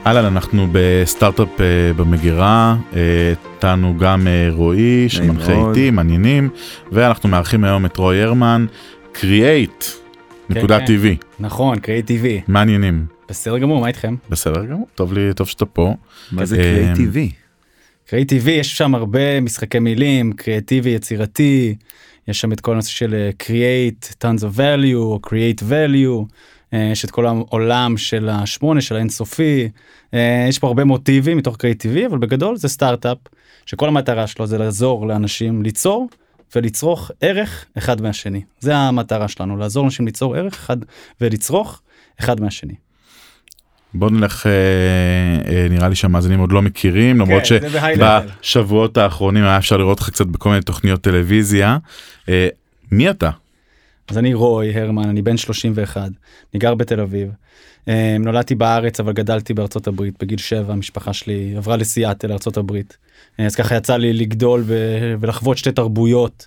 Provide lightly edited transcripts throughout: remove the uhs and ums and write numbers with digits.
אהלן, אנחנו בסטארט-אפ במגירה, איתנו גם רועי שמנחה איתי, מעניינים, ואנחנו מארחים היום את רועי הרמן, Create.tv. נכון, Create.tv. מעניינים. בסדר גמור, מה איתכם? בסדר גמור, טוב שאתה פה. מה זה Create.tv? Create.tv, יש שם הרבה משחקי מילים, קריאטיבי, יצירתי, יש שם את כל הנושא של Create, Tons of Value, או Create Value, יש את כל העולם של השמונה, של האינסופי, יש פה הרבה מוטיבים מתוך Create.tv, אבל בגדול זה סטארט-אפ, שכל המטרה שלו זה לעזור לאנשים ליצור, ולצרוך ערך אחד מהשני. זה המטרה שלנו, לעזור לאנשים ליצור ערך אחד, ולצרוך אחד מהשני. בוא נלך, נראה לי שהמאזינים עוד לא מכירים, למרות שבשבועות האחרונים היה אפשר לראות לך קצת בכל מיני תוכניות טלוויזיה. מי אתה? אז אני רועי הרמן, אני בן 31, אני גר בתל אביב. נולדתי בארץ, אבל גדלתי בארצות הברית. בגיל 7 המשפחה שלי עברה לסיאטל, ארצות הברית. אז ככה יצא לי לגדול ולחוות שתי תרבויות.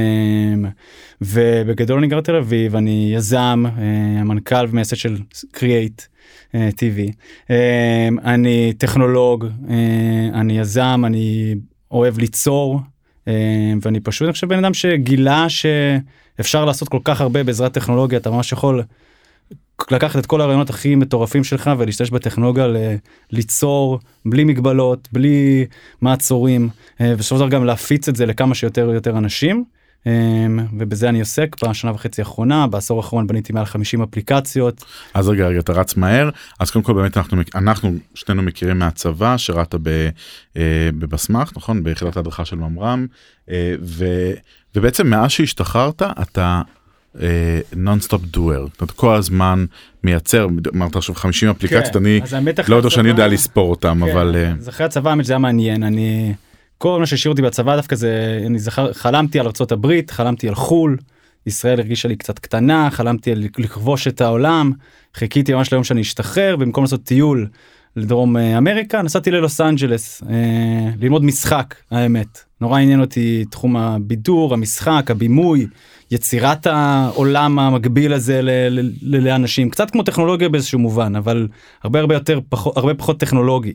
ובגדול אני גר בתל אביב, אני יזם, המנכ"ל ומייסד של Create.tv. אני טכנולוג, אני יזם, אני אוהב ליצור, ואני פשוט, אני חושב, בן אדם שגילה שאפשר לעשות כל כך הרבה בעזרת טכנולוגיה, אתה ממש יכול לקחת את כל הרעיונות הכי מטורפים שלך ולהשתמש בטכנולוגיה ליצור בלי מגבלות, בלי מעצורים, ובסופו של דבר גם להפיץ את זה לכמה שיותר ויותר אנשים, ובזה אני עוסק בשנה וחצי האחרונה. בעשור האחרון בניתי מעל 50 אפליקציות. אז רגע, אתה רץ מהר. אז קודם כל באמת אנחנו שנינו מכירים מהצבא, שראית בבסמך, נכון? ביחידת ההדרכה של ממר"ם, ובעצם מאז שהשתחררת, אתה נונסטופ דואר, אתה כל הזמן מייצר, אמרת עכשיו 50 אפליקציות, אני לא יודע שאני יודע לספור אותם, אבל אז אחרי הצבא זה היה מעניין. אני כל מה שהשאיר אותי בצבא דווקא זה, אני חלמתי על ארצות הברית, חלמתי על חול, ישראל הרגישה לי קצת קטנה, חלמתי על לכבוש את העולם, חיכיתי ממש ליום שאני אשתחרר, במקום לעשות טיול לדרום אמריקה, נסעתי ללוס אנג'לס, ללמוד משחק, האמת. נורא עניין אותי תחום הבידור, המשחק, הבימוי, יצירת העולם המקביל הזה לאנשים, קצת כמו טכנולוגיה באיזשהו מובן, אבל הרבה פחות טכנולוגי.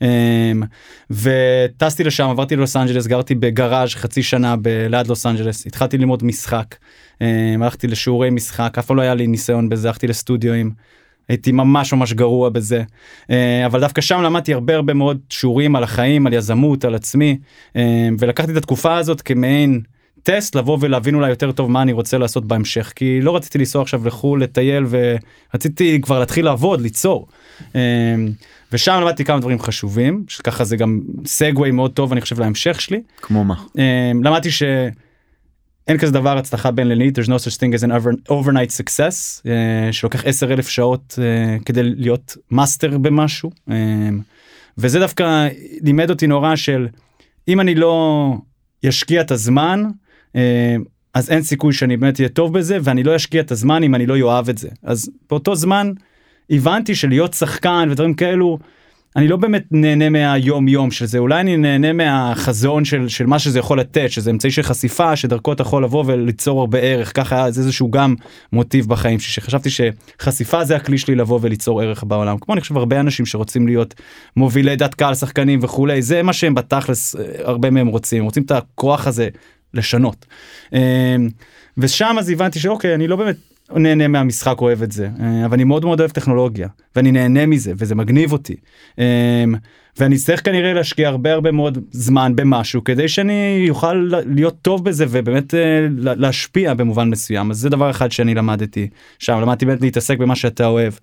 וטסתי לשם, עברתי ללוס אנג'לס, גרתי בגראז' חצי שנה ליד לוס אנג'לס, התחלתי ללמוד משחק, הלכתי לשיעורי משחק, אף פעם לא היה לי ניסיון בזה, הלכתי לסטודיואים, הייתי ממש גרוע בזה, אבל דווקא שם למדתי הרבה מאוד שיעורים על החיים, על יזמות, על עצמי, ולקחתי את התקופה הזאת כמעין טסט, לבוא ולהבין אולי יותר טוב מה אני רוצה לעשות בהמשך, כי לא רציתי לנסוע עכשיו לחו"ל, לטייל, ורציתי כבר להתחיל לעבוד, ליצור. ושם למדתי כמה דברים חשובים, שככה זה גם סגווי מאוד טוב, אני חושב, להמשך שלי. כמו מה? למדתי אין כזה דבר הצלחה בינלאומית, there's no such thing as an overnight success, שלוקח 10,000 שעות כדי להיות מאסטר במשהו, וזה דווקא לימד אותי נורא של, אם אני לא ישקיע את הזמן, אז אין סיכוי שאני באמת אהיה טוב בזה, ואני לא אשקיע את הזמן אם אני לא יאהב את זה. אז באותו זמן הבנתי שלהיות שחקן ודברים כאלו, אני לא באמת נהנה מהיום יום של זה, אולי אני נהנה מהחזון של מה שזה יכול לתת, שזה אמצעי של חשיפה, שדרכו אתה יכול לבוא וליצור הרבה ערך, ככה זה איזשהו גם מוטיב בחיים, שחשבתי שחשיפה זה הכלי שלי לבוא וליצור ערך בעולם, כמו אני חושב הרבה אנשים שרוצים להיות מובילי דת קהל, שחקנים וכולי, זה מה שהם בתכלס, הרבה מהם רוצים את הכוח הזה לשנות, ושם אז הבנתי שאוקיי, אני לא באמת נהנה מהמשחק, אוהב את זה, אבל אני מאוד אוהב טכנולוגיה, ואני נהנה מזה, וזה מגניב אותי, ואני צריך כנראה להשקיע הרבה מאוד זמן במשהו, כדי שאני יוכל להיות טוב בזה, ובאמת להשפיע במובן מסוים. אז זה דבר אחד שאני למדתי שם, למדתי באמת להתעסק במה שאתה אוהב,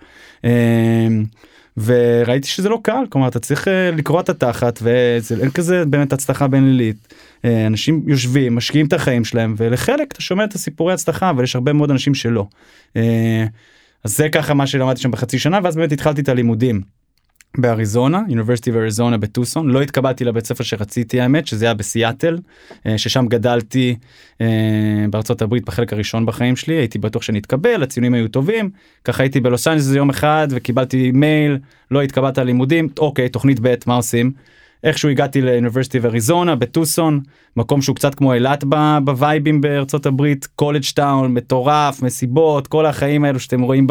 וראיתי שזה לא קל, כלומר אתה צריך לקרוא את התחת, ואין כזה באמת הצלחה בינלאומית, אנשים יושבים, משקיעים את החיים שלהם, ולחלק אתה שומע את הסיפורי הצלחה, אבל יש הרבה מאוד אנשים שלא. אז זה ככה מה שלמדתי שם בחצי שנה, ואז באמת התחלתי את הלימודים באריזונה, University of Arizona בטוסון, לא התקבלתי לבית ספר שרציתי האמת, שזה היה בסיאטל, ששם גדלתי בארצות הברית בחלק הראשון בחיים שלי, הייתי בטוח שאני אתקבל, הציונים היו טובים, ככה הייתי בלוס אנג'לס יום אחד, וקיבלתי מייל, לא התקבלת ללימודים, אוקיי, תוכנית ב', מה עושים? איכשהו הגעתי לאוניברסיטי באריזונה, בטוסון, מקום שהוא קצת כמו אילת בווייבים בארצות הברית, קולג' טאון, מטורף, מסיבות, כל החיים האלו שאתם רואים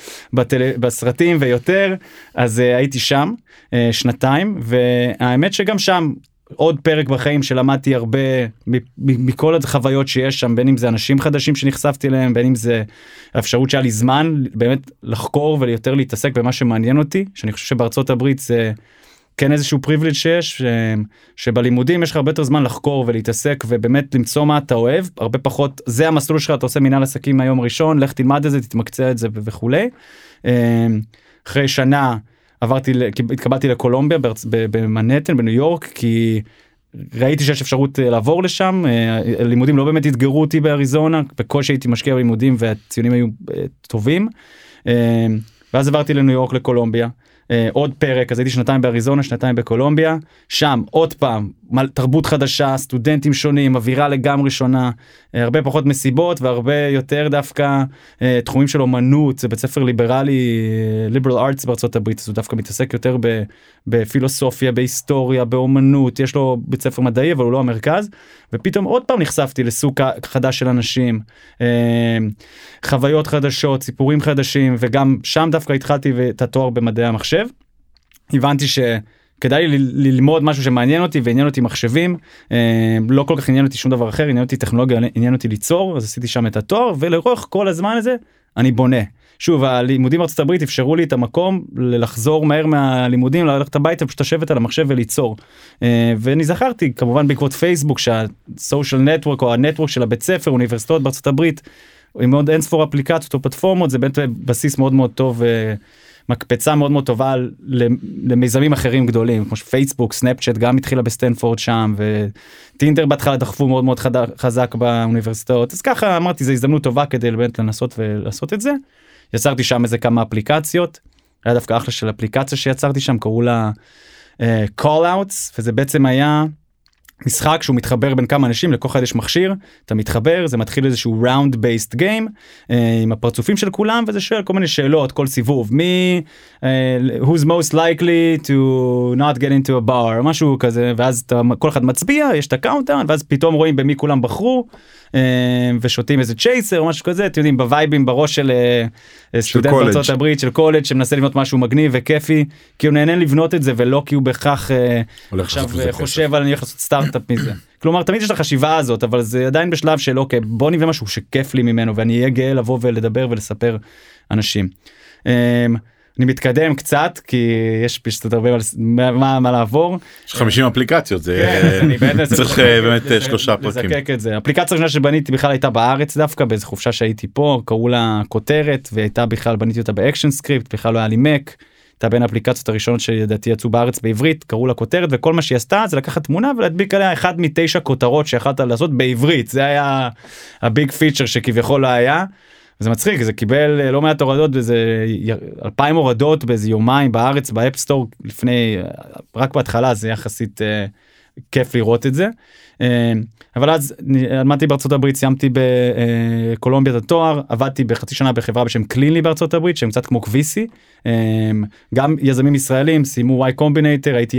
בסרטים ויותר, אז הייתי שם 2 והאמת שגם שם, עוד פרק בחיים שלמדתי הרבה מכל החוויות שיש שם, בין אם זה אנשים חדשים שנחשפתי אליהם, בין אם זה האפשרות שהיה לי זמן באמת לחקור וליותר להתעסק במה שמעניין אותי, שאני חושב שבארצות הברית זה כן איזשהו פריבילג' שיש, שבלימודים יש לך הרבה יותר זמן לחקור ולהתעסק ובאמת למצוא מה אתה אוהב, הרבה פחות, זה המסלול שלך, אתה עושה מנהל עסקים מהיום הראשון, לך תלמד את זה, תתמקצע את זה וכולי. אחרי שנה התקבלתי לקולומביה במנהטן בניו יורק, כי ראיתי שיש אפשרות לעבור לשם, לימודים לא באמת התגרו אותי באריזונה, בקושי הייתי משקיע בלימודים והציונים היו טובים, ואז עברתי לניו יורק לקולומביה, עוד פרק, אז הייתי 2 באריזונה, 2 בקולומביה, שם עוד פעם, תרבות חדשה, סטודנטים שונים, אווירה לגמרי שונה, הרבה פחות מסיבות והרבה יותר דווקא תחומים של אומנות, זה בית ספר ליברלי, ליברל ארטס בארצות הברית, אז הוא דווקא מתעסק יותר בפילוסופיה, בהיסטוריה, באומנות, יש לו בית ספר מדעי אבל הוא לא המרכז, ופתאום עוד פעם נחשפתי לסוג חדש של אנשים, חוויות חדשות, סיפורים חדשים, וגם שם דווקא התחלתי את התואר במדעי המחשב, הבנתי כדאי ללמוד משהו שמעניין אותי, ועניין אותי מחשבים, לא כל כך עניין אותי שום דבר אחר, עניין אותי טכנולוגיה, עניין אותי ליצור, אז עשיתי שם את התואר, ולרוח כל הזמן הזה, אני בונה. שוב, הלימודים בארצות הברית אפשרו לי את המקום לחזור מהר מהלימודים, ללכת הביתה, פשוט לשבת על המחשב וליצור. ואני זכרתי, כמובן בעקבות פייסבוק, שהסושיאל נטוורק, או הנטוורק של הבית ספר, אוניברסיטאות בארצות הברית, עם מאוד אינספור אפליקציות או פלטפורמות, זה באמת בסיס מאוד מאוד טוב, מקפצה מאוד מאוד טובה למיזמים אחרים גדולים, כמו שפייסבוק, סנאפצ'אט גם התחילה בסטנפורד שם, וטינדר בהתחלה דחפו מאוד מאוד חזק באוניברסיטאות, אז ככה אמרתי, זו הזדמנות טובה כדי באמת לנסות ולעשות את זה. יצרתי שם איזה כמה אפליקציות, היה דווקא אחלה של אפליקציה שיצרתי שם, קראו לה call outs, וזה בעצם היה משחק שהוא מתחבר בין כמה אנשים, לכל אחד יש מכשיר, אתה מתחבר, זה מתחיל איזשהו round based game, עם הפרצופים של כולם, וזה שואל כל מיני שאלות, כל סיבוב, who's most likely to not get into a bar, משהו כזה, ואז כל אחד מצביע, יש את הקאונטדאון, ואז פתאום רואים במי כולם בחרו, ושותים איזה צ'ייסר או משהו כזה, אתם יודעים, בווייבים בראש של סטודנט בארצות הברית, של קולג' שמנסה לבנות משהו מגניב וכיפי, כי הוא נהנה לבנות את זה, ולא כי הוא בכך עכשיו חושב על אני הולך לעשות סטארט-אפ מזה. כלומר, תמיד יש לך חשיבה הזאת, אבל זה עדיין בשלב של אוקיי, בוא נבנה משהו שכיף לי ממנו, ואני אהיה גאה לבוא ולדבר ולספר אנשים. אני מתקדם קצת, כי יש פשוט הרבה מה לעבור. יש 50 אפליקציות, צריך באמת 3 פרקים. לזקק את זה. אפליקציה ראשונה שבניתי בכלל הייתה בארץ דווקא, באיזו חופשה שהייתי פה, קראו לה כותרת, והייתה בכלל, בניתי אותה באקשן סקריפט, בכלל לא היה לי מק, הייתה בין האפליקציות הראשונות שידעתי יצאו בארץ בעברית, קראו לה כותרת, וכל מה שהיא עשתה זה לקחת תמונה ולהדביק עליה 1 מ-9 כותרות שיכולת לעשות בעברית, זה היה הביג פיצ'ר שכביכול לא היה. זה מצחיק, זה קיבל לא מעט הורדות, באיזה 2,000 הורדות באיזה יומיים בארץ, באפסטור, לפני, רק בהתחלה זה יחסית כיף לראות את זה. אבל אז למדתי בארצות הברית, סיימתי בקולומביה את התואר, עבדתי בחצי שנה בחברה בשם קלינלי בארצות הברית, שהם קצת כמו קוויסי, גם יזמים ישראלים, סיימו Y Combinator, הייתי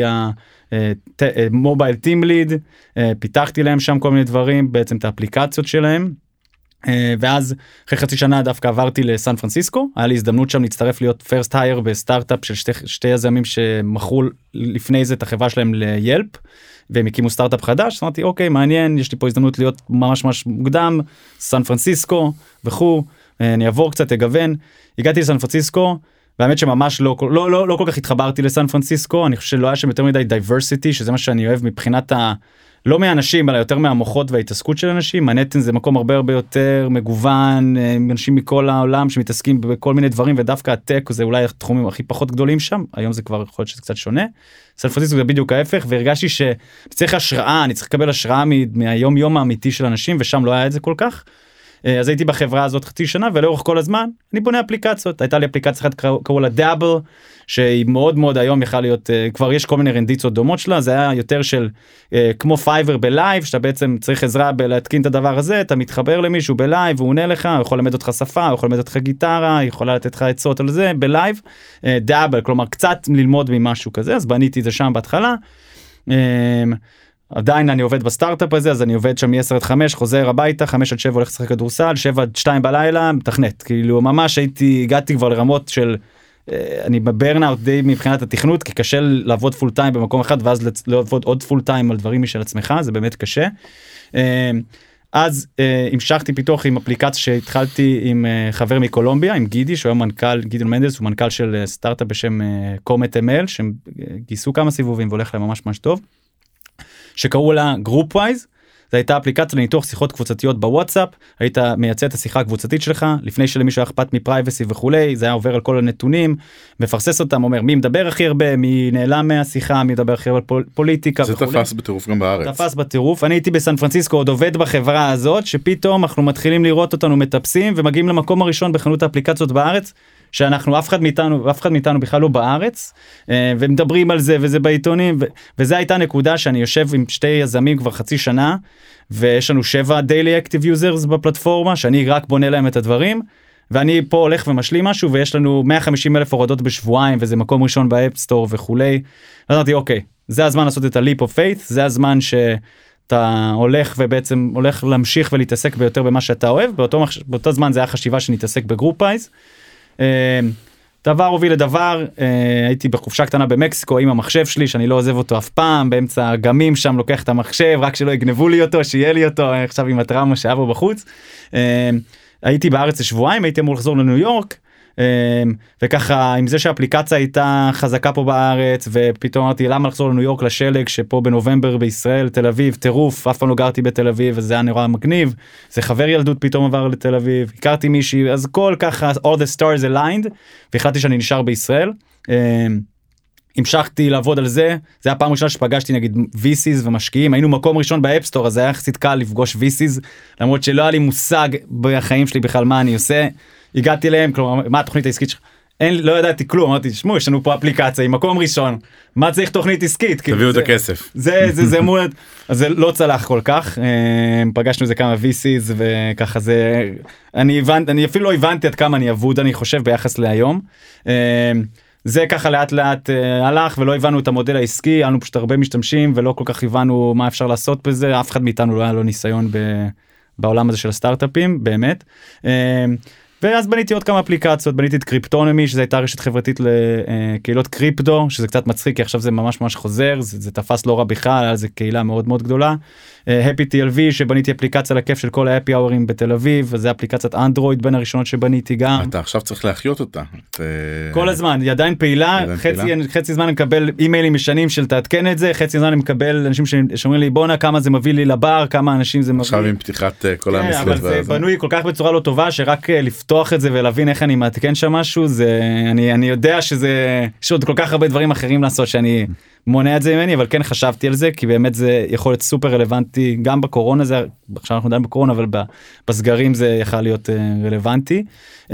המובייל טים ליד, פיתחתי להם שם כל מיני דברים, בעצם את האפליקציות שלהם, ואז אחרי חצי שנה דווקא עברתי לסן פרנסיסקו, היה לי הזדמנות שם להצטרף להיות פרסט הייר בסטארט-אפ של שתי יזמים שמכרו לפני זה את החברה שלהם ליילפ, והם הקימו סטארט-אפ חדש, אמרתי אוקיי מעניין, יש לי פה הזדמנות להיות ממש מוקדם, סן פרנסיסקו וכו', אני אעבור קצת, אגוון, הגעתי לסן פרנסיסקו, והאמת שממש לא כל כך התחברתי לסן פרנסיסקו, אני חושב שלא היה שם יותר מדי דייברסיטי, שזה מה שאני אוהב מבחינת לא מהאנשים, אלא יותר מהמוחות וההתעסקות של אנשים. מנהטן זה מקום הרבה יותר מגוון, אנשים מכל העולם שמתעסקים בכל מיני דברים, ודווקא הטק זה אולי התחומים הכי פחות גדולים שם, היום זה כבר יכול להיות שזה קצת שונה. סן פרנסיסקו זה בדיוק ההפך, והרגשתי שצריך השראה, אני צריך לקבל השראה מהיום יום האמיתי של אנשים, ושם לא היה את זה כל כך. אז הייתי בחברה הזאת חצי שנה, ולאורך כל הזמן אני בונה אפליקציות. הייתה לי אפליקציה אחת, קראו לה דאבל, שהיא מאוד מאוד היום יכולה להיות, כבר יש כל מיני רנדיצות דומות שלה, זה היה יותר של כמו פייבר בלייב, שאתה בעצם צריך עזרה בלהתקין את הדבר הזה, אתה מתחבר למישהו בלייב, הוא עונה לך, הוא יכול למד אותך שפה, הוא יכול למד אותך גיטרה, הוא יכול לתת לך עצות על זה בלייב, דאבל, כלומר קצת ללמוד ממשהו כזה, אז בניתי את זה שם בהתחלה, עדיין אני עובד בסטארט-אפ הזה, אז אני עובד שם מ-10 עד 5, חוזר הביתה, 5 עד 7 הולך לשחק כדורסל, 7 עד 2 בלילה, מתכנת. כאילו ממש הגעתי כבר לרמות של, אני בברנאוט די מבחינת התכנות, כי קשה לעבוד פול טיים במקום אחד, ואז לעבוד עוד פול טיים על דברים משל עצמך, זה באמת קשה. אז המשכתי פיתוח עם אפליקציה שהתחלתי עם חבר מקולומביה, עם גידי, שהוא מנכ"ל, גידי מנדלס, הוא מנכ"ל של סטארט-אפ בשם קומט ML, שהם גייסו כמה סיבובים והולך להם ממש ממש טוב. שקראו לה GroupWise, זו הייתה אפליקציה לניתוח שיחות קבוצתיות בוואטסאפ, היית מייצא את השיחה הקבוצתית שלך, לפני שלמישהו היה אכפת מפרייבסי וכולי, זה היה עובר על כל הנתונים, מפרסס אותם, אומר מי מדבר הכי הרבה, מי נעלם מהשיחה, מי מדבר הכי הרבה על פוליטיקה וכולי. זה תפס בטירוף גם בארץ. תפס בטירוף, אני הייתי בסן פרנסיסקו, עוד עובד בחברה הזאת, שפתאום אנחנו מתחילים לראות אותנו מטפסים, ומגיעים למקום הראשון בחנות האפליקציות בארץ, שאנחנו אף אחד מאיתנו בכלל לא בארץ, ומדברים על זה וזה בעיתונים, וזה הייתה נקודה שאני יושב עם שתי יזמים כבר חצי שנה, ויש לנו 7 daily active users בפלטפורמה, שאני רק בונה להם את הדברים, ואני פה הולך ומשלים משהו, ויש לנו 150,000 הורדות בשבועיים, וזה מקום ראשון באפסטור וכולי. אז אמרתי, אוקיי, זה הזמן לעשות את ה-leap of faith, זה הזמן שאתה הולך ובעצם הולך להמשיך ולהתעסק ביותר במה שאתה אוהב, באותו זמן זה היה חשיבה שנתעסק בגרופייז. דבר הוביל לדבר, הייתי בחופשה קטנה במקסיקו עם המחשב שלי, שאני לא עוזב אותו אף פעם, באמצע הגמים שם לוקח את המחשב, רק שלא יגנבו לי אותו, שיהיה לי אותו, עכשיו עם הטראומה שהיה בו בחוץ. הייתי בארץ לשבועיים, הייתי אמור לחזור לניו יורק, וככה עם זה שהאפליקציה הייתה חזקה פה בארץ, ופתאום אמרתי למה לחזור לניו יורק לשלג, שפה בנובמבר בישראל, תל אביב, טירוף, אף פעם לא גרתי בתל אביב, וזה היה נורא מגניב, זה חבר ילדות פתאום עבר לתל אביב, הכרתי מישהי, אז כל ככה, all the stars aligned, והחלטתי שאני נשאר בישראל. המשכתי לעבוד על זה, זה היה פעם ראשונה שפגשתי נגיד VCs ומשקיעים, היינו מקום ראשון באפסטור, אז זה היה יחסית קל לפגוש VCs, למרות שלא היה לי מושג בחיים שלי בכלל מה אני עושה, הגעתי להם, כלומר, מה התוכנית העסקית שלך? לא ידעתי כלום, אמרתי, שמעו, יש לנו פה אפליקציה עם מקום ראשון, מה צריך תוכנית עסקית? תביאו את הכסף. זה מועד, אז זה לא צלח כל כך, פגשנו איזה כמה VCs וככה זה, אני אפילו לא הבנתי עד כמה אני אבוד, אני חושב ביחס להיום. זה ככה לאט לאט הלך ולא הבנו את המודל העסקי, היה לנו פשוט הרבה משתמשים ולא כל כך הבנו מה אפשר לעשות בזה, אף אחד מאיתנו לא היה לו ניסיון בעולם הזה של הסטארט-אפים, באמת. ואז בניתי עוד כמה אפליקציות, בניתי את קריפטונומי, שזו הייתה רשת חברתית לקהילות קריפטו, שזה קצת מצחיק, כי עכשיו זה ממש ממש חוזר, זה תפס לא רע בכלל, זה קהילה מאוד מאוד גדולה. Happy TLV, שבניתי אפליקציה לכיף של כל ה-happy hours'ים בתל אביב, וזה אפליקציית אנדרואיד בין הראשונות שבניתי גם. אתה עכשיו צריך להחיות אותה. כל הזמן, היא עדיין פעילה, חצי זמן אני מקבל אימיילים משנים של תעדכן את זה, חצי זמן אני מקבל אנשים שאומרים לי בונה כמה זה מביא לי לבר, כמה אנשים זה מביא. עכשיו עם פתיחת כל המסלול. אבל זה בנוי כל כך בצורה לא טובה, שרק לפתוח את זה ולהבין איך אני מעדכן שם משהו, אני יודע שזה, יש עוד כל כך הרבה דברים אחרים לעשות שאני מונע את זה ממני, אבל כן חשבתי על זה, כי באמת זה יכול להיות סופר רלוונטי, גם בקורונה זה, עכשיו אנחנו דנים בקורונה, אבל בסגרים זה יכול להיות רלוונטי.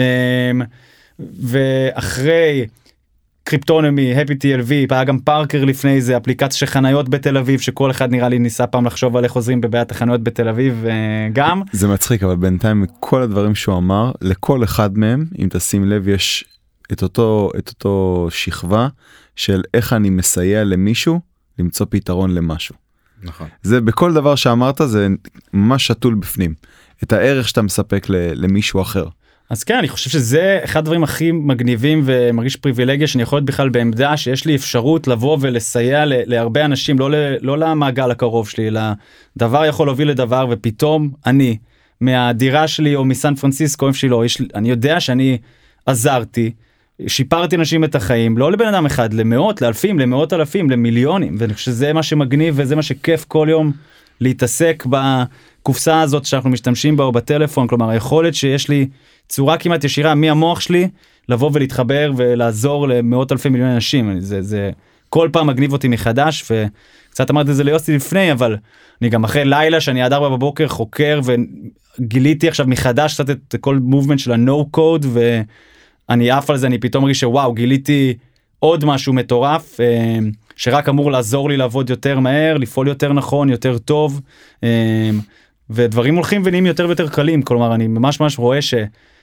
ואחרי קריפטונומי, Happy TLV, היה גם פארקר לפני זה, אפליקציה של חניות בתל אביב, שכל אחד נראה לי ניסה פעם לחשוב על איך עוזרים בבעיית החניות בתל אביב גם. זה מצחיק, אבל בינתיים כל הדברים שהוא אמר, לכל אחד מהם, אם תשים לב, יש את אותו שכבה, של איך אני מסייע למישהו למצוא פתרון למשהו. נכון. זה בכל דבר שאמרת זה ממש שתול בפנים. את הערך שאתה מספק למישהו אחר. אז כן, אני חושב שזה אחד הדברים הכי מגניבים ומרגיש פריבילגיה שאני יכול להיות בכלל בעמדה שיש לי אפשרות לבוא ולסייע להרבה אנשים, לא למעגל הקרוב שלי, אלא דבר יכול להוביל לדבר ופתאום אני מהדירה שלי או מסן פרנסיסקו, איפה שלי לא, אני יודע שאני עזרתי, שיפרתי אנשים את החיים, לא לבן אדם אחד, למאות, לאלפים, למאות אלפים, למיליונים, ואני חושב שזה מה שמגניב וזה מה שכיף כל יום להתעסק בקופסה הזאת שאנחנו משתמשים בה או בטלפון, כלומר היכולת שיש לי צורה כמעט ישירה מהמוח שלי, לבוא ולהתחבר ולעזור למאות אלפי מיליון אנשים, זה כל פעם מגניב אותי מחדש, וקצת אמרתי את זה ליוסי לפני, אבל אני גם אחרי לילה שאני עד 4 בבוקר חוקר, וגיליתי עכשיו מחדש קצת את כל מובמנט של ה-no code, אני עף על זה, אני פתאום מרגיש שוואו, גיליתי עוד משהו מטורף, שרק אמור לעזור לי לעבוד יותר מהר, לפעול יותר נכון, יותר טוב, ודברים הולכים ונהיים יותר ויותר קלים, כלומר אני ממש ממש רואה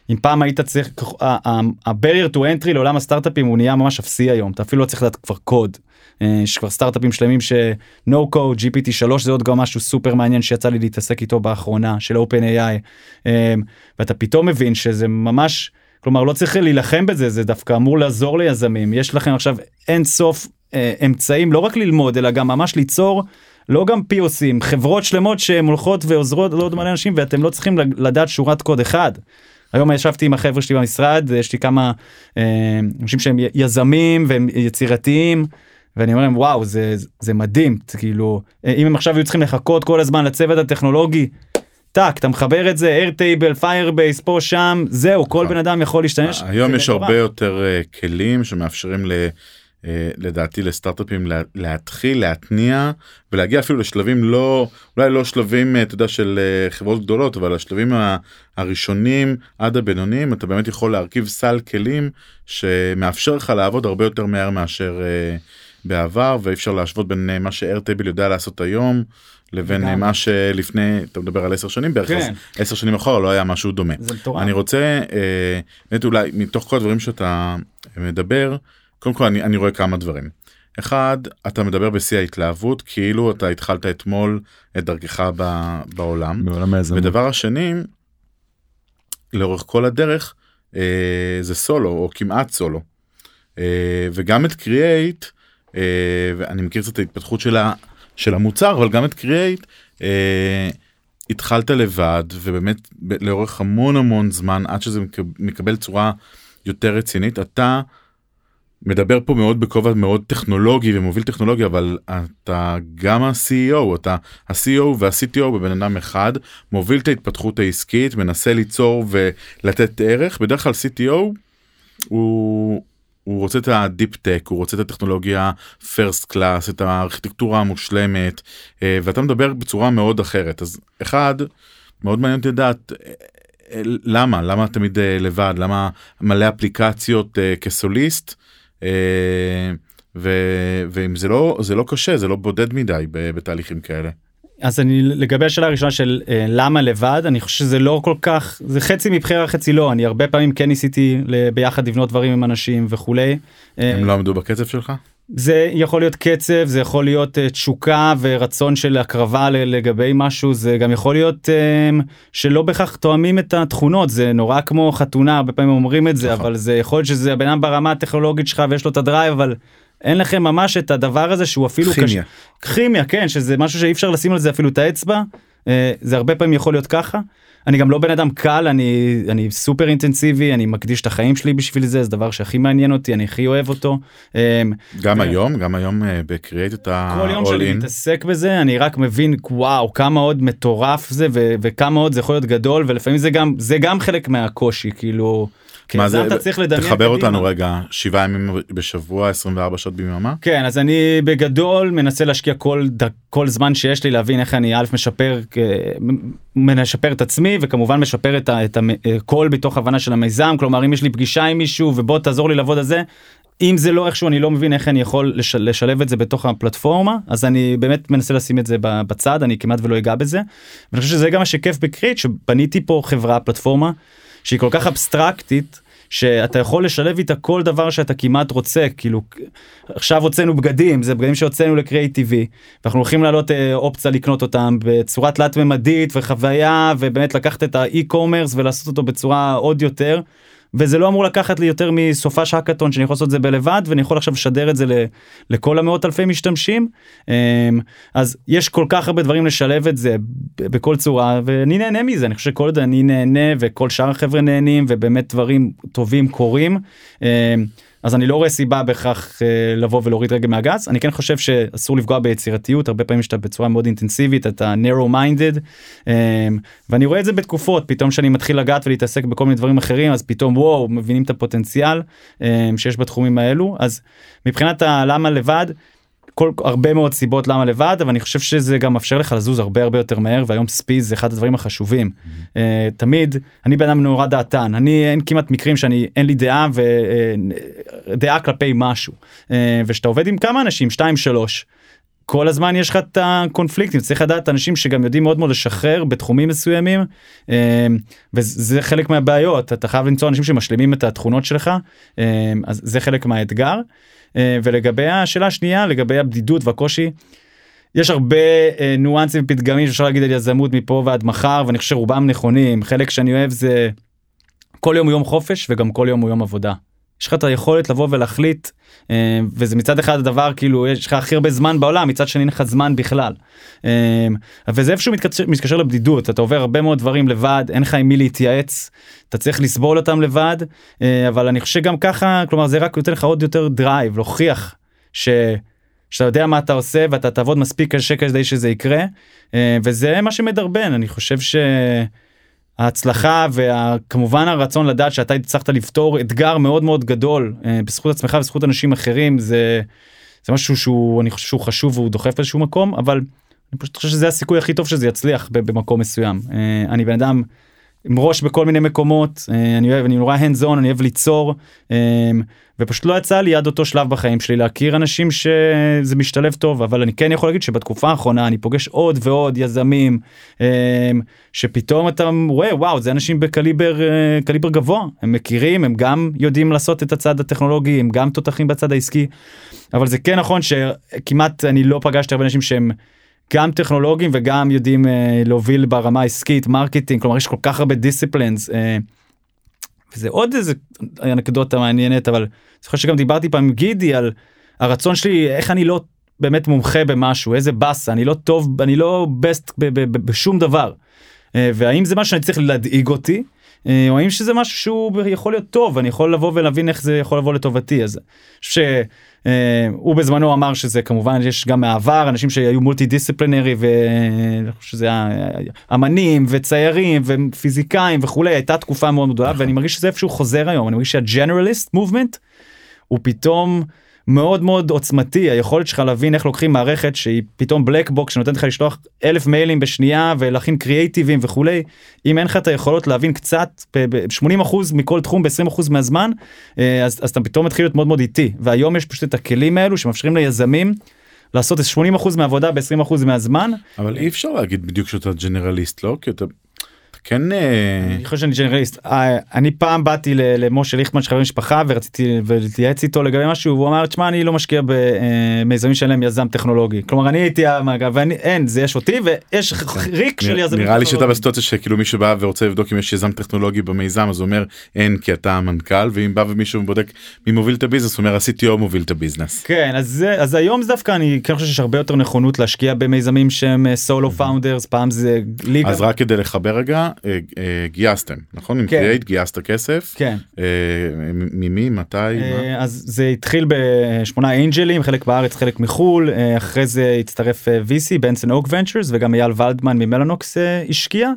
אם פעם היית צריך, ה-barrier to entry לעולם הסטארט-אפים הוא נהיה ממש אפסי היום, אתה אפילו לא צריך לדעת כבר קוד, יש כבר סטארט-אפים שלמים ש-No Code, GPT-3 זה עוד גם משהו סופר מעניין שיצא לי להתעסק איתו באחרונה, של OpenAI, ואתה פתאום מבין שזה ממש, כלומר לא צריך להילחם בזה, זה דווקא אמור לעזור ליזמים, יש לכם עכשיו אין סוף אמצעים, לא רק ללמוד, אלא גם ממש ליצור, לא גם POCים, חברות שלמות שהן הולכות ועוזרות לעוד מלא אנשים, ואתם לא צריכים לדעת שורת קוד אחד. היום ישבתי עם החבר'ה שלי במשרד, יש לי כמה אנשים שהם יזמים והם יצירתיים, ואני אומר להם, וואו, זה מדהים, כאילו, אם הם עכשיו היו צריכים לחכות כל הזמן לצוות הטכנולוגי, טק, אתה מחבר את זה, Airtable, Firebase, פה, שם, זהו, כל בן אדם יכול להשתמש. היום יש הרבה יותר כלים שמאפשרים לדעתי לסטארט-אפים להתחיל, להתניע, ולהגיע אפילו לשלבים אולי לא שלבים, אתה יודע, של חברות גדולות, אבל השלבים הראשונים עד הבינוניים, אתה באמת יכול להרכיב סל כלים שמאפשר לך לעבוד הרבה יותר מהר מאשר בעבר, ואי אפשר להשוות בין מה ש-Airtable יודע לעשות היום, לבין מה שלפני, אתה מדבר על 10 שנים, בערך 10 שנים אחורה לא היה משהו דומה. אני רוצה, באמת אולי, מתוך כל הדברים שאתה מדבר, קודם כל אני רואה כמה דברים. אחד, אתה מדבר בשיא ההתלהבות, כאילו אתה התחלת אתמול את דרכך בעולם. ודבר השני, לאורך כל הדרך, זה סולו, או כמעט סולו. וגם את קריאייט, ואני מכיר קצת ההתפתחות של המוצר, אבל גם את קריאייט, התחלת לבד, ובאמת לאורך המון זמן, עד שזה מקבל צורה יותר רצינית, אתה מדבר פה מאוד בכובע מאוד טכנולוגי ומוביל טכנולוגיה, אבל אתה גם ה-CEO, אתה ה-CEO וה-CTO בבן אדם אחד, מוביל את ההתפתחות העסקית, מנסה ליצור ולתת ערך. בדרך כלל CTO הוא רוצה את ה-Deep Tech, הוא רוצה את הטכנולוגיה First Class, את הארכיטקטורה המושלמת, ואתה מדבר בצורה מאוד אחרת. אז אחד, מאוד מעניין לדעת, למה תמיד לבד, למה מלא אפליקציות כסוליסט, ואם זה לא קשה, זה לא בודד מדי בתהליכים כאלה. אז אני לגבי השאלה הראשונה של למה לבד, אני חושב שזה לא כל כך, זה חצי מבחירה חצי לא, אני הרבה פעמים כן ניסיתי ביחד לבנות דברים עם אנשים וכולי. הם לא עמדו בקצב שלך? זה יכול להיות קצב, זה יכול להיות תשוקה ורצון של הקרבה לגבי משהו, זה גם יכול להיות שלא בכך תואמים את התכונות, זה נורא כמו חתונה, הרבה פעמים אומרים את זה, אבל זה יכול להיות שזה הבן אדם ברמה הטכנולוגית שלך ויש לו את הדרייב, אבל אין לכם ממש את הדבר הזה שהוא אפילו כימיה. כימיה, כן, שזה משהו שאי אפשר לשים על זה אפילו את האצבע, זה הרבה פעמים יכול להיות ככה. אני גם לא בן אדם קל, אני סופר אינטנסיבי, אני מקדיש את החיים שלי בשביל זה, זה דבר שהכי מעניין אותי, אני הכי אוהב אותו. גם היום בקריאייט את ה-all in. כל יום שאני מתעסק בזה, אני רק מבין, וואו, כמה עוד מטורף זה, וכמה עוד זה יכול להיות גדול, ולפעמים זה גם חלק מהקושי, כאילו, מה זה, תחבר אותנו רגע, 7 ימים בשבוע, 24 שעות ביממה? כן, אז אני בגדול מנסה להשקיע כל זמן שיש לי להבין איך אני משפר את עצמי, וכמובן משפר את הכל בתוך הבנה של המיזם, כלומר אם יש לי פגישה עם מישהו ובוא תעזור לי לעבוד על זה, אם זה לא איכשהו אני לא מבין איך אני יכול לשלב את זה בתוך הפלטפורמה, אז אני באמת מנסה לשים את זה בצד, אני כמעט ולא אגע בזה, ואני חושב שזה גם השקף בקריאייט, שבניתי פה חברה, פלטפורמה, שהיא כל כך אבסטרקטית, שאתה יכול לשלב איתה כל דבר שאתה כמעט רוצה, כאילו, עכשיו הוצאנו בגדים, זה בגדים שהוצאנו לקריאייטיבי, ואנחנו הולכים לעלות אופציה לקנות אותם בצורה תלת ממדית וחוויה, ובאמת לקחת את האי-קומרס ולעשות אותו בצורה עוד יותר, וזה לא אמור לקחת לי יותר מסופה שקטון, שאני יכול לעשות את זה בלבד, ואני יכול עכשיו לשדר את זה לכל המאות אלפי משתמשים, אז יש כל כך הרבה דברים לשלב את זה בכל צורה, ואני נהנה מזה, אני חושב שכל עוד אני נהנה, וכל שאר החבר'ה נהנים, ובאמת דברים טובים קורים, אז אני לא רואה סיבה בכך לבוא ולהוריד רגע מהגז. אני כן חושב שאסור לפגוע ביצירתיות, הרבה פעמים שאתה בצורה מאוד אינטנסיבית, אתה narrow minded, ואני רואה את זה בתקופות, פתאום שאני מתחיל לגעת ולהתעסק בכל מיני דברים אחרים, אז פתאום וואו, מבינים את הפוטנציאל שיש בתחומים האלו. אז מבחינת למה לבד, הרבה מאוד סיבות למה לבד, אבל אני חושב שזה גם מאפשר לך לזוז הרבה יותר מהר, והיום ספיד זה אחד הדברים החשובים. תמיד, אני בן אדם נורא דעתן, אין כמעט מקרים אין לי דעה ודעה כלפי משהו, ושאתה עובד עם כמה אנשים, 2-3, כל הזמן יש לך את הקונפליקטים, צריך לדעת אנשים שגם יודעים מאוד מאוד לשחרר בתחומים מסוימים, וזה חלק מהבעיות, אתה חייב למצוא אנשים שמשלימים את התכונות שלך, אז זה חלק מהאתגר. ולגבי השאלה השנייה, לגבי הבדידות והקושי, יש הרבה ניואנסים ופתגמים שאפשר להגיד על יזמות מפה ועד מחר, ואני חושב שרובם נכונים. חלק שאני אוהב זה כל יום הוא יום חופש, וגם כל יום הוא יום עבודה. יש לך את היכולת לבוא ולהחליט, וזה מצד אחד הדבר, כאילו, יש לך הכי הרבה זמן בעולם, מצד שני לך זמן בכלל. וזה איפשהו מתקשר לבדידות, אתה עובר הרבה מאוד דברים לבד, אין לך עם מי להתייעץ, אתה צריך לסבול אותם לבד, אבל אני חושב גם ככה, כלומר, זה רק נותן לך עוד יותר דרייב, להוכיח שאתה יודע מה אתה עושה, ואתה תעבוד מספיק קשה כדי שזה יקרה, וזה מה שמדרבן. אני חושב ההצלחה וכמובן הרצון לדעת שאתה הצלחת לפתור אתגר מאוד מאוד גדול בזכות עצמך ובזכות אנשים אחרים, זה משהו שהוא, אני חושב שהוא חשוב והוא דוחף באיזשהו מקום, אבל אני פשוט חושב שזה הסיכוי הכי טוב שזה יצליח במקום מסוים. אני בן אדם עם ראש בכל מיני מקומות, אני נורא hands on, אני אוהב ליצור, ופשוט לא יצא לי עד אותו שלב בחיים שלי להכיר אנשים שזה משתלב טוב, אבל אני כן יכול להגיד שבתקופה האחרונה אני פוגש עוד ועוד יזמים, שפתאום אתה רואה, וואו, זה אנשים בקליבר גבוה, הם מכירים, הם גם יודעים לעשות את הצד הטכנולוגי, הם גם תותחים בצד העסקי, אבל זה כן נכון שכמעט אני לא פגשתי הרבה אנשים שהם גם טכנולוגיים וגם יודעים להוביל ברמה העסקית, מרקטינג, כלומר יש כל כך הרבה דיסציפלינס, וזה עוד איזה אנקדוטה מעניינת, אבל אני חושב שגם דיברתי פעם עם גידי על הרצון שלי, איך אני לא באמת מומחה במשהו, איזה בסה, אני לא טוב, אני לא בסט בשום דבר, והאם זה משהו שאני צריך להדאיג אותי, או האם שזה משהו שהוא יכול להיות טוב, אני יכול לבוא ולהבין איך זה יכול לבוא לטובתי. אז אני חושב שהוא בזמנו אמר שזה כמובן יש גם מעבר, אנשים שהיו מולטי דיסציפלינרי, שזה אמנים וציירים ופיזיקאים וכולי, הייתה תקופה מאוד גדולה, ואני מרגיש שזה איפשהו חוזר היום, אני מרגיש שהג'נרליסט מובמנט הוא פתאום מאוד מאוד עוצמתי, היכולת שלך להבין איך לוקחים מערכת שהיא פתאום בלק בוקס שנותנת לך לשלוח 1000 מיילים בשנייה ולהכין קריאייטיבים וכולי, אם אין לך את היכולות להבין קצת ב-80% מכל תחום ב-20% מהזמן, אז אתה פתאום מתחיל להיות מאוד מאוד איטי, והיום יש פשוט את הכלים האלו שמאפשרים ליזמים לעשות 80% מהעבודה ב-20% מהזמן. אבל אי אפשר להגיד בדיוק שאתה ג'נרליסט, לא? כי אתה כן, אני חושב שאני ג'נרליסט. אני פעם באתי למשה ליכטמן שחבר משפחה ורציתי להתייעץ איתו לגבי משהו, והוא אמר, תשמע, אני לא משקיע במיזמים שלהם יזם טכנולוגי. כלומר, אני הייתי המאגר, ואין, זה יש אותי ויש ריק של יזמים טכנולוגיים. נראה לי שאתה בסיטואציה שכאילו מישהו בא ורוצה לבדוק אם יש יזם טכנולוגי במיזם, אז הוא אומר, אין, כי אתה המנכ"ל, ואם בא ומישהו בודק מי מוביל את הביזנס, הוא אומר, ה-CTO מוביל את הביזנס. כן, אז היום זה דווקא, אני כן חושב שיש הרבה יותר נכונות להשקיע במיזמים שהם סולו פאונדרס, פעם זה ליגה. אז רק כדי לחבר רגע, גייסתם, נכון? עם קריאייט גייסת כסף? כן. ממי, מתי? אז זה התחיל ב8 אנג'לים, חלק בארץ, חלק מחול, אחרי זה הצטרף VC, בנסון אוק ונצ'רס, וגם אייל ולדמן ממלנוקס השקיע.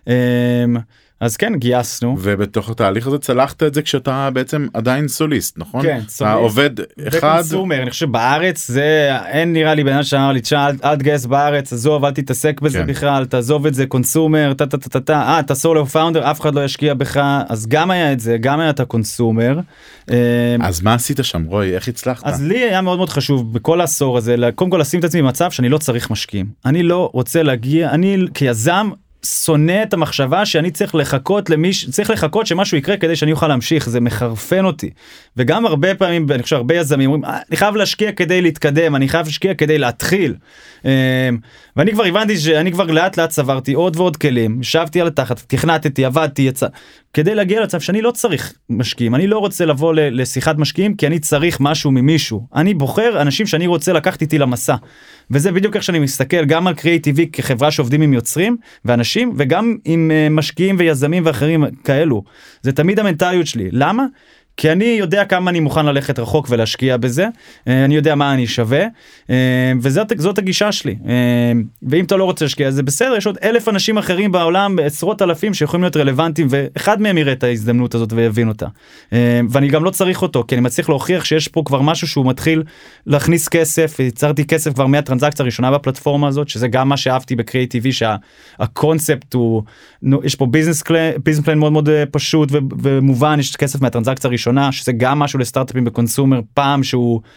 אז כן, גייסנו. ובתוך התהליך הזה צלחת את זה כשאתה בעצם עדיין סוליסט, נכון? כן, סוליסט. אתה עובד אחד. וקונסומר, אני חושב שבארץ זה, אין נראה לי בן שאמר לי, אל תגייס בארץ, עזוב, אל תתעסק בזה בכלל, תעזוב את זה, קונסומר, אתה סולו פאונדר, אף אחד לא ישקיע בך, אז גם היה את זה, גם היה את הקונסומר. אז מה עשית שם, רוי? איך הצלחת? אז לי היה מאוד מאוד חשוב בכל העשור הזה, קודם כל לשים את עצמי במצב שאני לא צריך משקיעים. אני לא רוצה להגיע, אני כיזם, שונא את המחשבה שאני צריך לחכות שמשהו יקרה כדי שאני אוכל להמשיך, זה מחרפן אותי. וגם הרבה פעמים, אני חושב הרבה יזמים אומרים, אני חייב להשקיע כדי להתקדם, אני חייב להשקיע כדי להתחיל. ואני כבר הבנתי שאני כבר לאט לאט צברתי עוד ועוד כלים, ישבתי על התחת, תכנתתי, עבדתי, כדי להגיע לצב שאני לא צריך משקיעים, אני לא רוצה לבוא לשיחת משקיעים כי אני צריך משהו ממישהו, אני בוחר אנשים שאני רוצה לקחת איתי למסע, וזה בדיוק איך שאני מסתכל גם על קריאייטיבי כחברה שעובדים עם יוצרים ואנשים, וגם עם משקיעים ויזמים ואחרים כאלו, זה תמיד המנטליות שלי. למה? כי אני יודע כמה אני מוכן ללכת רחוק ולהשקיע בזה, אני יודע מה אני שווה, וזאת הגישה שלי. ואם אתה לא רוצה להשקיע, זה בסדר, יש עוד 1,000 אנשים אחרים בעולם, עשרות אלפים שיכולים להיות רלוונטיים, ואחד מהם יראה את ההזדמנות הזאת ויבין אותה. ואני גם לא צריך אותו, כי אני מצליח להוכיח שיש פה כבר משהו שהוא מתחיל להכניס כסף, ויצרתי כסף כבר מהטרנזקציה הראשונה בפלטפורמה הזאת, שזה גם מה שאהבתי בקריאייטיבי, שהקונספט הוא, יש פה ביזנס פלן מאוד מאוד פשוט ומובן, יש כסף מהטרנזקציה הראשונה, שזה גם משהו לסטארט-אפים בקונסומר, פעם שהוא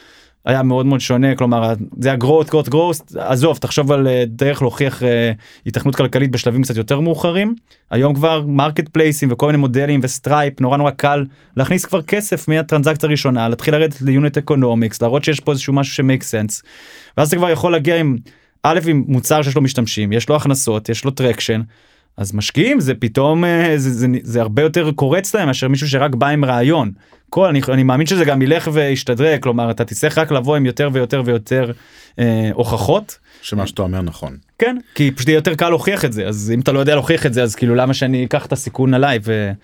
היה מאוד מאוד שונה, כלומר זה היה growth, עזוב, תחשוב על דרך להוכיח התכנות כלכלית בשלבים קצת יותר מאוחרים, היום כבר מרקט פלייסים וכל מיני מודלים וסטרייפ, נורא קל להכניס כבר כסף מהטרנזקציה הראשונה, להתחיל לרדת ליוניט אקונומיקס, להראות שיש פה איזשהו משהו שמייק סנס, ואז זה כבר יכול להגיע עם מוצר שיש לו משתמשים, יש לו הכנסות, יש לו טרקשן, אז משקיעים זה פתאום זה הרבה יותר קורץ להם מאשר מישהו שרק בא עם רעיון. אני מאמין שזה גם ילך וישתדרג, כלומר אתה תצטרך רק לבוא עם יותר ויותר ויותר הוכחות. שמה שאתה אומר נכון. כן, כי פשוט יהיה יותר קל להוכיח את זה, אז אם אתה לא יודע להוכיח את זה, אז כאילו למה שאני אקח את הסיכון עליי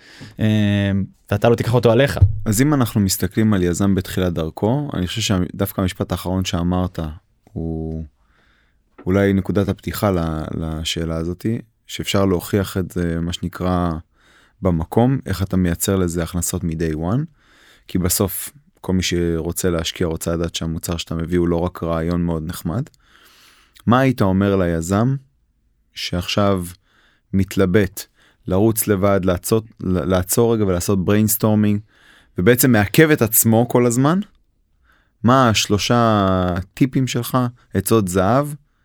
ואתה לא תיקח אותו עליך. אז אם אנחנו מסתכלים על יזם בתחילת דרכו, אני חושב שדווקא המשפט האחרון שאמרת הוא אולי נקודת הפתיחה לשאלה הזאתי, שאפשר להוכיח את זה מה שנקרא במקום, איך אתה מייצר לזה הכנסות מ-day one, כי בסוף כל מי שרוצה להשקיע רוצה לדעת שהמוצר שאתה מביא הוא לא רק רעיון מאוד נחמד. מה היית אומר ליזם שעכשיו מתלבט, לרוץ לבד, לעצור רגע ולעשות brainstorming, ובעצם מעכב את עצמו כל הזמן? מה 3 טיפים שלך, עצות זהב,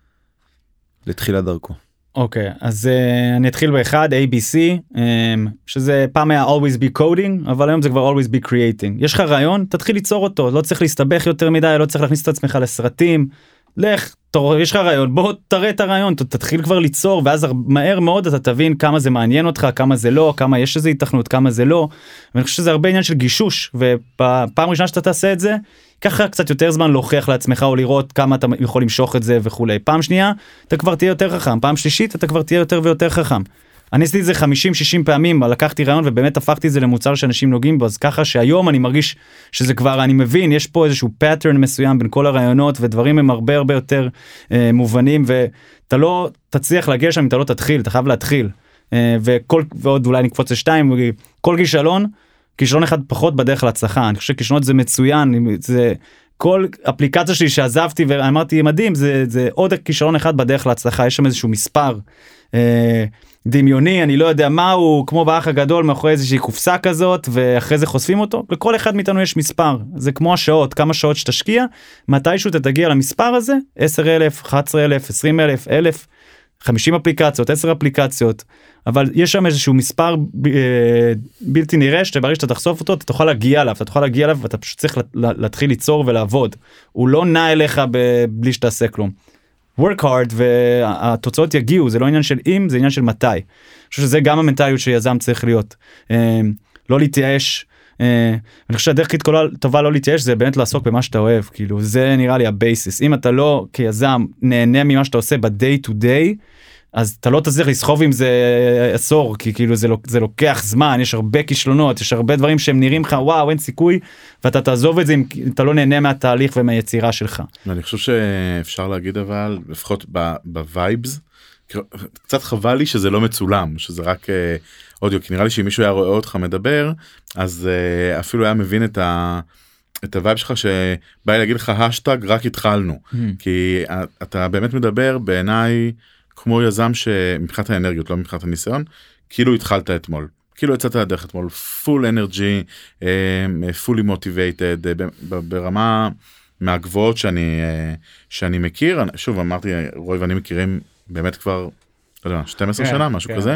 לתחילת דרכו? אוקיי, אז אני אתחיל באחד, ABC, שזה פעם היה always be coding, אבל היום זה כבר always be creating. יש לך רעיון, תתחיל ליצור אותו, לא צריך להסתבך יותר מדי, לא צריך להכניס את עצמך לסרטים, לך, יש לך רעיון, בוא תראה את הרעיון, תתחיל כבר ליצור, ואז מהר מאוד אתה תבין כמה זה מעניין אותך, כמה זה לא, כמה יש איזה התכנות, כמה זה לא, ואני חושב שזה הרבה עניין של גישוש, ובפעם ראשונה שאתה תעשה את זה, ככה קצת יותר זמן להוכיח לעצמך או לראות כמה אתה יכול למשוך את זה וכולי. פעם שנייה, אתה כבר תהיה יותר חכם, פעם שלישית, אתה כבר תהיה יותר ויותר חכם. אני עשיתי את זה 50-60 פעמים, לקחתי רעיון ובאמת הפכתי את זה למוצר שאנשים נוגעים בו, אז ככה שהיום אני מרגיש שזה כבר, אני מבין, יש פה איזשהו pattern מסוים בין כל הרעיונות, ודברים הם הרבה יותר מובנים, ואתה לא תצליח להגיע שם אם אתה לא תתחיל, אתה חייב להתחיל. ועוד אולי נקפוץ ל2, כל כישלון אחד פחות בדרך להצלחה, אני חושב שכישלונות זה מצוין, זה כל אפליקציה שלי שעזבתי ואמרתי מדהים, זה עוד כישלון אחד בדרך להצלחה, יש שם איזשהו מספר דמיוני, אני לא יודע מה הוא, כמו באח הגדול מאחורי איזושהי קופסה כזאת, ואחרי זה חושפים אותו, לכל אחד מאיתנו יש מספר, זה כמו השעות, כמה שעות שתשקיע, מתישהו אתה תגיע למספר הזה, 10,000, 11,000, 20,000, 1,000, 50 אפליקציות, 10 אפליקציות, אבל יש שם איזשהו מספר בלתי נראה, שברגע שאתה תחשוף אותו, אתה תוכל להגיע אליו, ואתה פשוט צריך להתחיל ליצור ולעבוד. הוא לא נע אליך בלי שתעשה כלום. work hard והתוצאות יגיעו, זה לא עניין של אם, זה עניין של מתי. אני חושב שזה גם המנטליות שיזם צריך להיות. לא להתייאש. אני חושב שהדרך הכי טובה לא להתייאש זה באמת לעסוק במה שאתה אוהב, כאילו זה נראה לי הבייסיס. אם אתה לא כיזם נהנה ממה שאתה עושה ב-day to day, אז אתה לא תצליח לסחוב עם זה עשור, כי כאילו זה לוקח זמן, יש הרבה כישלונות, יש הרבה דברים שהם נראים לך, וואו, אין סיכוי, ואתה תעזוב את זה אם אתה לא נהנה מהתהליך ומהיצירה שלך. אני חושב שאפשר להגיד אבל, לפחות בווייבס, קצת חבל לי שזה לא מצולם, שזה רק אודיו, כי נראה לי שאם מישהו היה רואה אותך מדבר, אז אפילו היה מבין את הווייב שלך שבא לי להגיד לך השטג, רק התחלנו, כי אתה באמת מדבר בעיניי, כמו יזם שמבחינת האנרגיות, לא מבחינת הניסיון, כאילו התחלת אתמול. כאילו יצאת לדרך אתמול, full energy, fully motivated, ברמה מהגבוהות שאני מכיר. שוב, אמרתי, רוי ואני מכירים באמת כבר, לא יודע, 12 שנה, משהו כזה.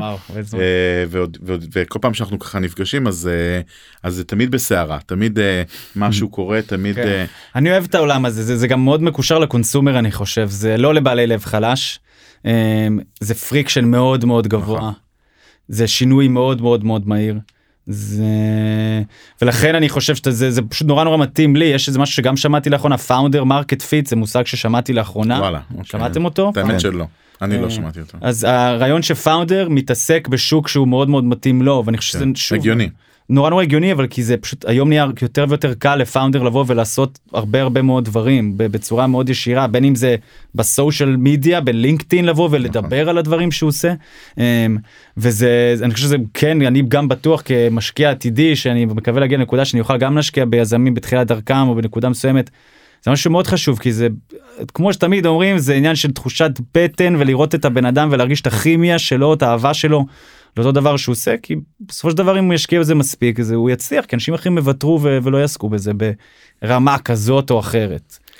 וכל פעם שאנחנו ככה נפגשים, אז זה תמיד בסערה, תמיד משהו קורה, תמיד... אני אוהב את העולם הזה, זה גם מאוד מקושר לקונסומר, אני חושב, זה לא לבעלי לב חלש, זה פריקשן מאוד מאוד גבוה, זה שינוי מאוד מאוד מאוד מהיר, ולכן אני חושב שזה פשוט נורא מתאים לי. יש איזה משהו שגם שמעתי לאחרונה, פאונדר מרקט פיט, זה מושג ששמעתי לאחרונה, שמעתם אותו? האמת שלא, אני לא שמעתי אותו. אז הרעיון שפאונדר מתעסק בשוק שהוא מאוד מאוד מתאים לו, ואני חושב שזה שוב הגיוני, נורא הגיוני, אבל כי זה פשוט היום נהיה יותר ויותר קל לפאונדר לבוא ולעשות הרבה מאוד דברים בצורה מאוד ישירה, בין אם זה בסושיאל מדיה, בלינקדאין לבוא ולדבר על הדברים שהוא עושה, וזה, אני חושב שזה כן, אני גם בטוח כמשקיע עתידי, שאני מקווה להגיע לנקודה שאני אוכל גם להשקיע ביזמים בתחילת דרכם או בנקודה מסוימת, זה משהו מאוד חשוב, כי זה, כמו שתמיד אומרים, זה עניין של תחושת בטן, ולראות את הבן אדם ולהרגיש את הכימיה שלו, את האהבה שלו, לאותו דבר שהוא עושה, כי בסופו של דבר אם הוא ישקיע בזה מספיק, הוא יצליח, כי אנשים אחרים מבטרו ולא יעסקו בזה ברמה כזאת או אחרת.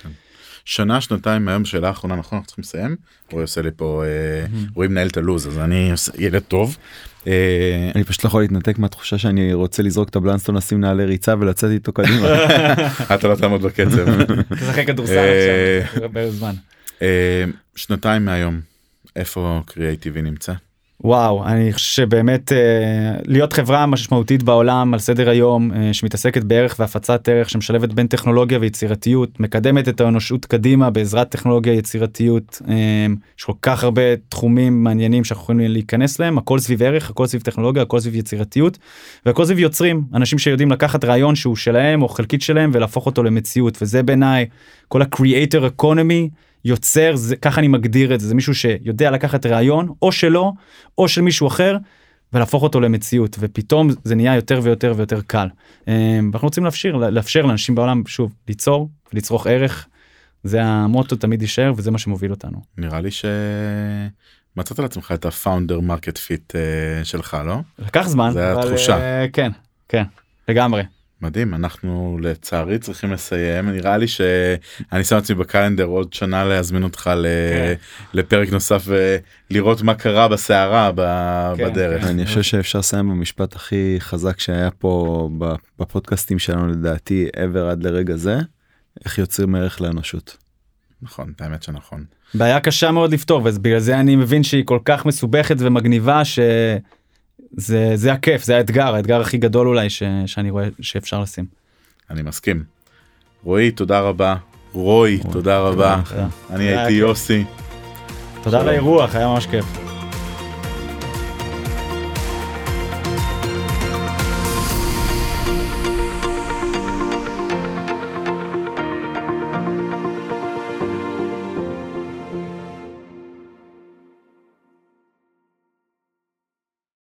שנה, שנתיים מהיום, שאלה האחרונה, נכון, אנחנו צריכים לסיים? רועי עושה לי פה, רועי מנהל את הלוז, אז אני ילד טוב. אני פשוט לא יכול להתנתק מהתחושה שאני רוצה לזרוק את הבלנסטון, לשים נעלי ריצה ולצאת איתו קדימה. אתה לא תעמוד בקצב. תשחק כדורסל עכשיו, בזמן. שנתיים מהיום, איפה קריאייטיבי נמצא? וואו, אני חושב שבאמת להיות חברה משמעותית בעולם על סדר היום, שמתעסקת בערך והפצת ערך, שמשלבת בין טכנולוגיה ויצירתיות, מקדמת את האנושות קדימה בעזרת טכנולוגיה יצירתיות. יש כל כך הרבה תחומים מעניינים שאנחנו יכולים להיכנס להם, הכל סביב ערך, הכל סביב טכנולוגיה, הכל סביב יצירתיות, והכל סביב יוצרים, אנשים שיודעים לקחת רעיון שהוא שלהם או חלקית שלהם ולהפוך אותו למציאות, וזה בעיניי כל ה-creator economy, יוצר, ככה אני מגדיר את זה, זה מישהו שיודע לקחת רעיון, או שלו, או של מישהו אחר, ולהפוך אותו למציאות, ופתאום זה נהיה יותר ויותר ויותר קל. ואנחנו רוצים לאפשר לאנשים בעולם, שוב, ליצור ולצרוך ערך, זה המוטו תמיד יישאר, וזה מה שמוביל אותנו. נראה לי שמצאת לעצמך את ה-founder market fit שלך, לא? לקח זמן, זה התחושה. כן, כן, לגמרי. מדהים, אנחנו לצערי צריכים לסיים, נראה לי שאני שם עצמי בקלנדר עוד שנה להזמין אותך לפרק נוסף ולראות מה קרה בסערה בדרך. אני חושב שאפשר לסיים במשפט הכי חזק שהיה פה בפודקאסטים שלנו לדעתי ever עד לרגע זה, איך יוצרים ערך לאנושות. נכון, האמת שנכון. בעיה קשה מאוד לפתור, ובגלל זה אני מבין שהיא כל כך מסובכת ומגניבה זה הכיף, זה האתגר הכי גדול אולי שאני רואה שאפשר לשים. אני מסכים. רועי, תודה רבה. רועי, תודה רבה. אני הייתי יוסי. תודה על האירוח, היה ממש כיף.